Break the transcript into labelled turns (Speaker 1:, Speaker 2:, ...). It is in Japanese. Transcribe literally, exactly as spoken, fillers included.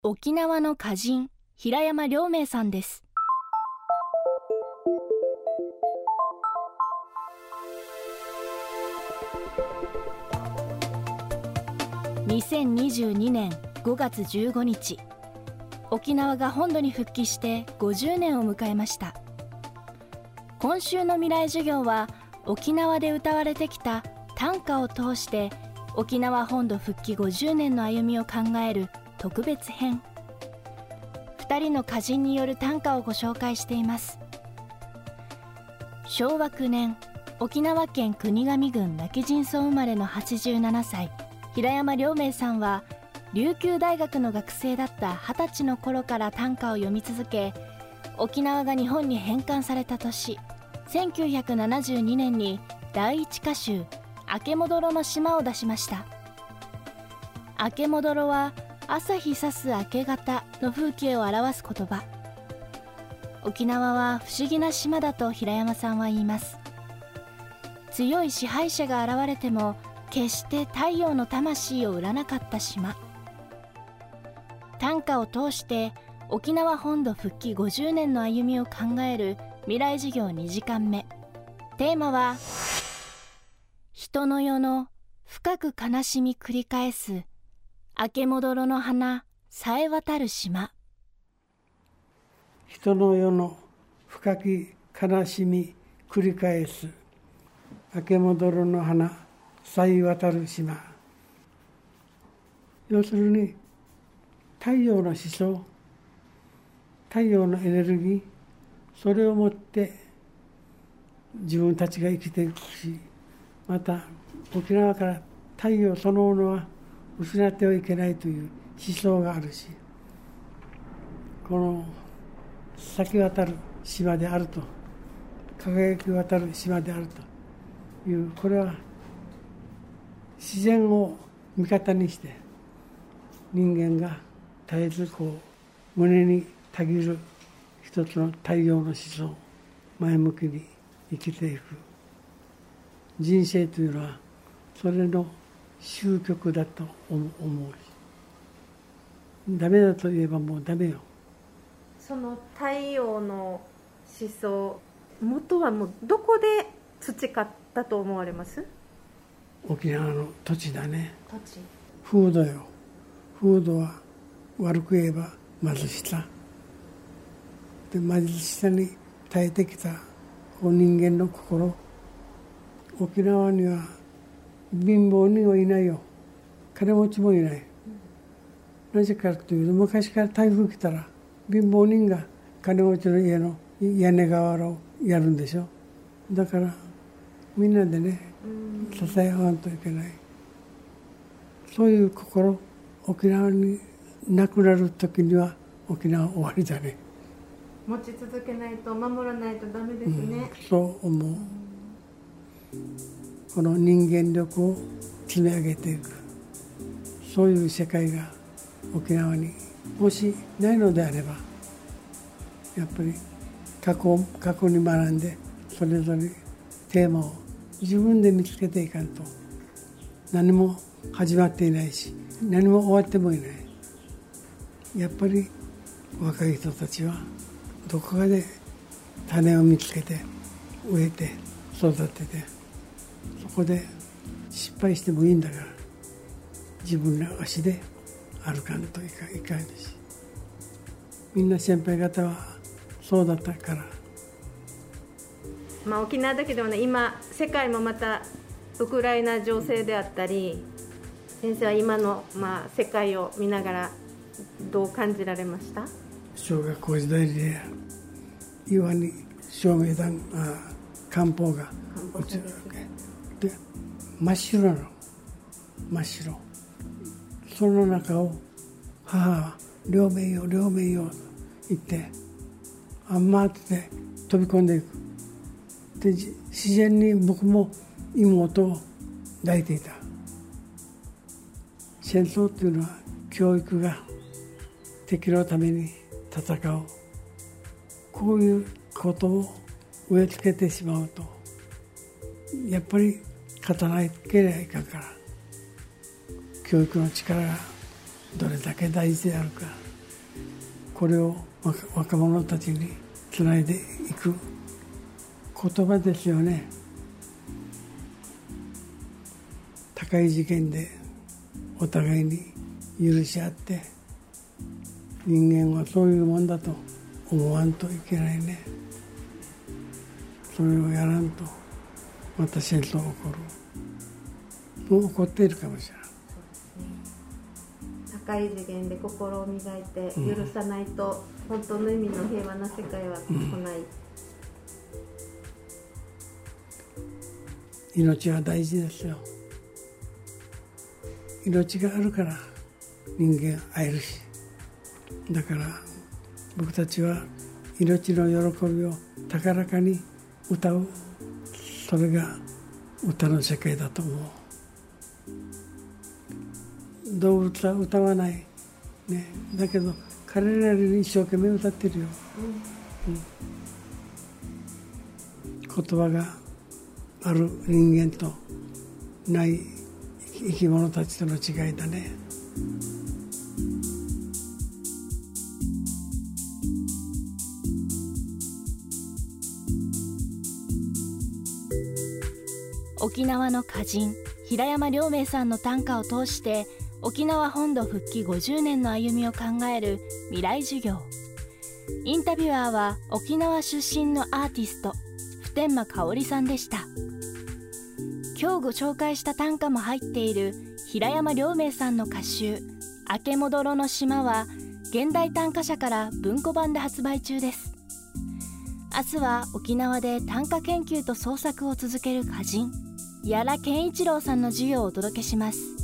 Speaker 1: 沖縄の歌人平山良明さんです。にせんにじゅうにねんごがつじゅうごにち、沖縄が本土に復帰してごじゅうねんを迎えました。今週の未来授業は、沖縄で歌われてきた短歌を通して沖縄本土復帰ごじゅうねんの歩みを考える特別編。ふたりの歌人による短歌をご紹介しています。しょうわきゅうねん、沖縄県国頭郡今帰仁村生まれのはちじゅうななさい、平山良明さんは琉球大学の学生だったはたちの頃から短歌を読み続け、沖縄が日本に返還された年、せんきゅうひゃくななじゅうにねんに第一歌集「明け戻ろの島」を出しました。明け戻ろは朝日さす明け方の風景を表す言葉。沖縄は不思議な島だと平山さんは言います。強い支配者が現れても決して太陽の魂を売らなかった島。短歌を通して沖縄本土復帰ごじゅうねんの歩みを考える未来授業にじかんめ。テーマは、人の世の深く悲しみ繰り返す明け戻ろの花さえ渡る島。
Speaker 2: 人の世の深き悲しみ繰り返す明け戻ろの花さえ渡る島。要するに太陽の思想、太陽のエネルギー、それをもって自分たちが生きていくし、また沖縄から太陽そのものは失ってはいけないという思想があるし、この咲き渡る島であると、輝き渡る島であるという、これは自然を味方にして人間が絶えずこう胸にたぎる一つの太陽の思想、前向きに生きていく人生というのはそれの終局だと思うし、ダメだと言えばもうダメよ。
Speaker 3: その太陽の思想、元はもうどこで培ったと思われます？
Speaker 2: 沖縄の土地だね。
Speaker 3: 土地。
Speaker 2: 風土よ。風土は悪く言えば貧しさで、貧しさに耐えてきた人間の心。沖縄には貧乏人はいないよ、金持ちもいない、うん、なぜかというと、昔から台風来たら貧乏人が金持ちの家の屋根瓦をやるんでしょ。だからみんなでね、支え合わんといけない。そういう心、沖縄になくなる時には沖縄終わりだね。
Speaker 3: 持ち続けないと、守らないとダメですね、
Speaker 2: うん、そう思う、うん、この人間力を積み上げていく、そういう世界が沖縄にもしないのであれば、やっぱり過去、過去に学んでそれぞれテーマを自分で見つけていかんと、何も始まっていないし何も終わってもいない。やっぱり若い人たちはどこかで種を見つけて植えて育てて、そこで失敗してもいいんだから、自分の足で歩かんといかいかんし、みんな先輩方はそうだったから。
Speaker 3: まあ、沖縄だけではない、今世界もまたウクライナ情勢であったり、先生は今の、まあ、世界を見ながらどう感じられました？
Speaker 2: 小学校時代で岩に照明弾、あ艦砲が落ちるわけで、真っ白なの、真っ白。その中を母は両面よ両面よと言ってあんまって飛び込んでいく。で自然に僕も妹を抱いていた。戦争というのは教育が敵のために戦う、こういうことを植え付けてしまうと、やっぱり勝たないといけないかんから、教育の力がどれだけ大事であるか、 これを若者たちにつないでいく言葉ですよね。高い事件でお互いに許し合って、人間はそういうもんだと思わんといけないね。それをやらんとまた戦争起こる。もう起こっているかもしれない。
Speaker 3: 高い次元で心を磨いて許さないと、うん、本当の意味の平和な世界は来ない、うん、
Speaker 2: 命は大事ですよ。命があるから人間会えるし、だから僕たちは命の喜びを高らかに歌う、それが歌の世界だと思う。動物は歌わない、ね、だけど彼らなりに一生懸命歌ってるよ、うんうん、言葉がある人間とない生き物たちとの違いだね。
Speaker 1: 沖縄の歌人平山良明さんの短歌を通して沖縄本土復帰ごじゅうねんの歩みを考える未来授業。インタビュアーは沖縄出身のアーティスト普天間香織さんでした。今日ご紹介した短歌も入っている平山良明さんの歌集「明け戻ろの島」は現代短歌社から文庫版で発売中です。明日は沖縄で短歌研究と創作を続ける歌人屋良健一郎さんの授業をお届けします。